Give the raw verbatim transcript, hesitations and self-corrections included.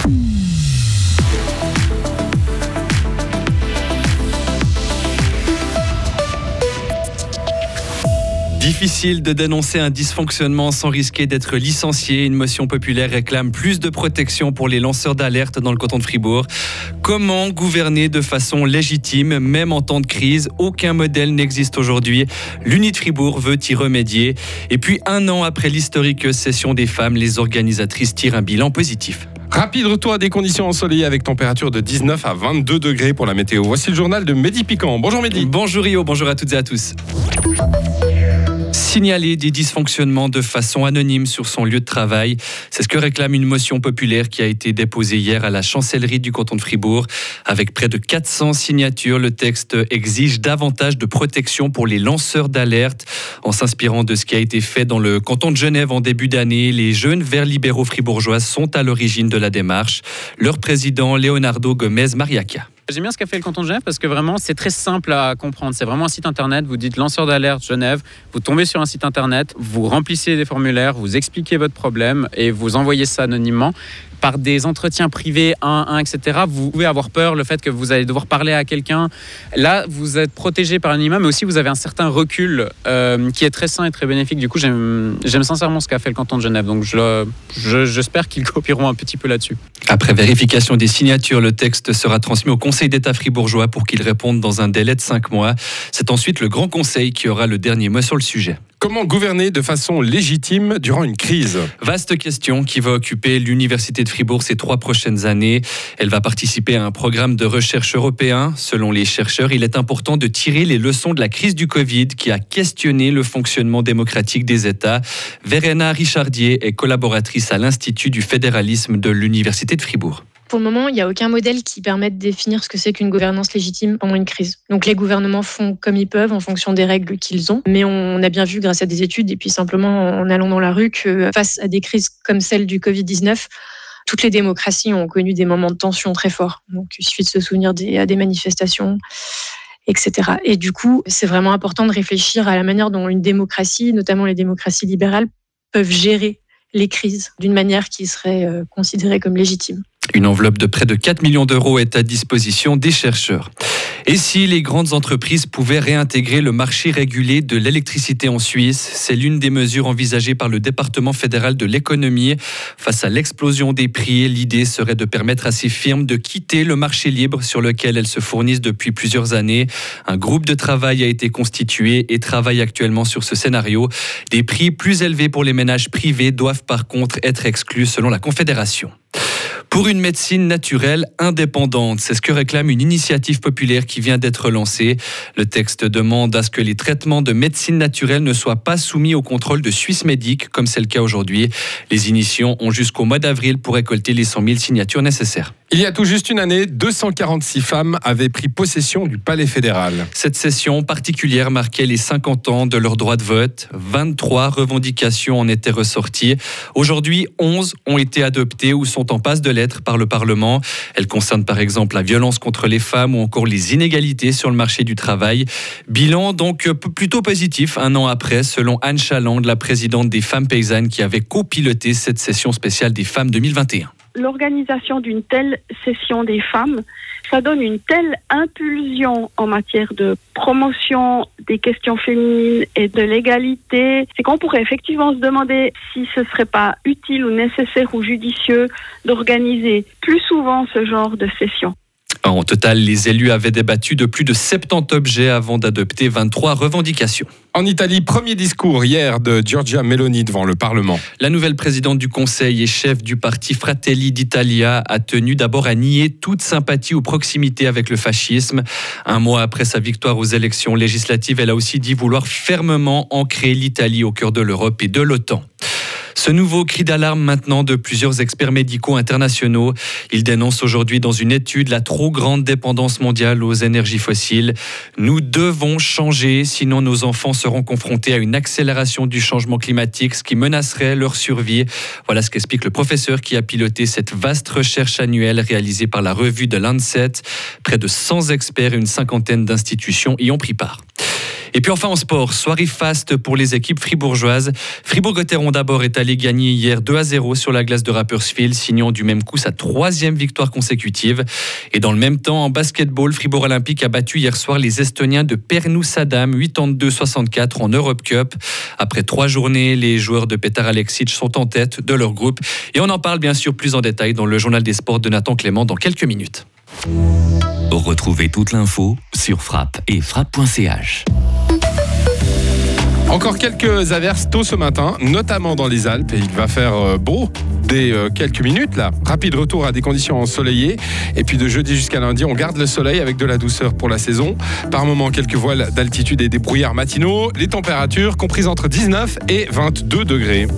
Difficile de dénoncer un dysfonctionnement sans risquer d'être licencié. Une motion populaire réclame plus de protection pour les lanceurs d'alerte dans le canton de Fribourg. Comment gouverner de façon légitime, même en temps de crise? Aucun modèle n'existe aujourd'hui. L'Uni de Fribourg veut y remédier. Et puis, un an après l'historique session des femmes, les organisatrices tirent un bilan positif. Rapide retour à des conditions ensoleillées avec température de dix-neuf à vingt-deux degrés pour la météo. Voici le journal de Mehdi Piquant. Bonjour Mehdi. Bonjour Rio, bonjour à toutes et à tous. Signaler des dysfonctionnements de façon anonyme sur son lieu de travail. C'est ce que réclame une motion populaire qui a été déposée hier à la chancellerie du canton de Fribourg. Avec près de quatre cents signatures, le texte exige davantage de protection pour les lanceurs d'alerte. En s'inspirant de ce qui a été fait dans le canton de Genève en début d'année, les jeunes Verts libéraux fribourgeois sont à l'origine de la démarche. Leur président, Leonardo Gomez-Mariaca. J'aime bien ce qu'a fait le canton de Genève parce que vraiment c'est très simple à comprendre. C'est vraiment un site internet, vous dites lanceur d'alerte Genève, vous tombez sur un site internet, vous remplissez des formulaires, vous expliquez votre problème et vous envoyez ça anonymement. Par des entretiens privés, un à un, et cetera, vous pouvez avoir peur, le fait que vous allez devoir parler à quelqu'un. Là, vous êtes protégé par l'anonymat, mais aussi vous avez un certain recul euh, qui est très sain et très bénéfique. Du coup, j'aime, j'aime sincèrement ce qu'a fait le canton de Genève. Donc, je, je, j'espère qu'ils copieront un petit peu là-dessus. Après vérification des signatures, le texte sera transmis au Conseil d'État fribourgeois pour qu'il réponde dans un délai de cinq mois. C'est ensuite le Grand Conseil qui aura le dernier mot sur le sujet. Comment gouverner de façon légitime durant une crise? Vaste question qui va occuper l'Université de Fribourg ces trois prochaines années. Elle va participer à un programme de recherche européen. Selon les chercheurs, il est important de tirer les leçons de la crise du Covid qui a questionné le fonctionnement démocratique des États. Verena Richardier est collaboratrice à l'Institut du fédéralisme de l'Université de Fribourg. Pour le moment, il n'y a aucun modèle qui permette de définir ce que c'est qu'une gouvernance légitime pendant une crise. Donc les gouvernements font comme ils peuvent en fonction des règles qu'ils ont. Mais on a bien vu grâce à des études et puis simplement en allant dans la rue que face à des crises comme celle du covid dix-neuf, toutes les démocraties ont connu des moments de tension très forts. Donc il suffit de se souvenir des, à des manifestations, et cetera. Et du coup, c'est vraiment important de réfléchir à la manière dont une démocratie, notamment les démocraties libérales, peuvent gérer les crises d'une manière qui serait considérée comme légitime. Une enveloppe de près de quatre millions d'euros est à disposition des chercheurs. Et si les grandes entreprises pouvaient réintégrer le marché régulé de l'électricité en Suisse, c'est l'une des mesures envisagées par le département fédéral de l'économie. Face à l'explosion des prix, l'idée serait de permettre à ces firmes de quitter le marché libre sur lequel elles se fournissent depuis plusieurs années. Un groupe de travail a été constitué et travaille actuellement sur ce scénario. Des prix plus élevés pour les ménages privés doivent par contre être exclus selon la Confédération. Pour une médecine naturelle indépendante, c'est ce que réclame une initiative populaire qui vient d'être lancée. Le texte demande à ce que les traitements de médecine naturelle ne soient pas soumis au contrôle de Swissmedic, comme c'est le cas aujourd'hui. Les initiants ont jusqu'au mois d'avril pour récolter les cent mille signatures nécessaires. Il y a tout juste une année, deux cent quarante-six femmes avaient pris possession du palais fédéral. Cette session particulière marquait les cinquante ans de leur droit de vote. vingt-trois revendications en étaient ressorties. Aujourd'hui, onze ont été adoptées ou sont en passe de l'être par le Parlement. Elles concernent par exemple la violence contre les femmes ou encore les inégalités sur le marché du travail. Bilan donc plutôt positif un an après, selon Anne Chaland, la présidente des Femmes Paysannes qui avait copiloté cette session spéciale des femmes deux mille vingt et un. L'organisation d'une telle session des femmes, ça donne une telle impulsion en matière de promotion des questions féminines et de l'égalité. C'est qu'on pourrait effectivement se demander si ce serait pas utile ou nécessaire ou judicieux d'organiser plus souvent ce genre de session. En total, les élus avaient débattu de plus de soixante-dix objets avant d'adopter vingt-trois revendications. En Italie, premier discours hier de Giorgia Meloni devant le Parlement. La nouvelle présidente du Conseil et chef du parti Fratelli d'Italia a tenu d'abord à nier toute sympathie ou proximité avec le fascisme. Un mois après sa victoire aux élections législatives, elle a aussi dit vouloir fermement ancrer l'Italie au cœur de l'Europe et de l'OTAN. Ce nouveau cri d'alarme maintenant de plusieurs experts médicaux internationaux. Ils dénoncent aujourd'hui dans une étude la trop grande dépendance mondiale aux énergies fossiles. Nous devons changer, sinon nos enfants seront confrontés à une accélération du changement climatique, ce qui menacerait leur survie. Voilà ce qu'explique le professeur qui a piloté cette vaste recherche annuelle réalisée par la revue de Lancet. Près de cent experts et une cinquantaine d'institutions y ont pris part. Et puis enfin en sport, soirée faste pour les équipes fribourgeoises. Fribourg-Gotteron d'abord est allé gagner hier deux à zéro sur la glace de Rapperswil, signant du même coup sa troisième victoire consécutive. Et dans le même temps, en basketball, Fribourg Olympique a battu hier soir les Estoniens de Pärnu-Sadam quatre-vingt-deux à soixante-quatre en Europe Cup. Après trois journées, les joueurs de Petar Aleksic sont en tête de leur groupe. Et on en parle bien sûr plus en détail dans le journal des sports de Nathan Clément dans quelques minutes. Retrouvez toute l'info sur frappe et frappe point c h. Encore quelques averses tôt ce matin, notamment dans les Alpes. Et il va faire beau dès quelques minutes là. Rapide retour à des conditions ensoleillées. Et puis de jeudi jusqu'à lundi, on garde le soleil avec de la douceur pour la saison. Par moments, quelques voiles d'altitude et des brouillards matinaux. Les températures comprises entre dix-neuf et vingt-deux degrés.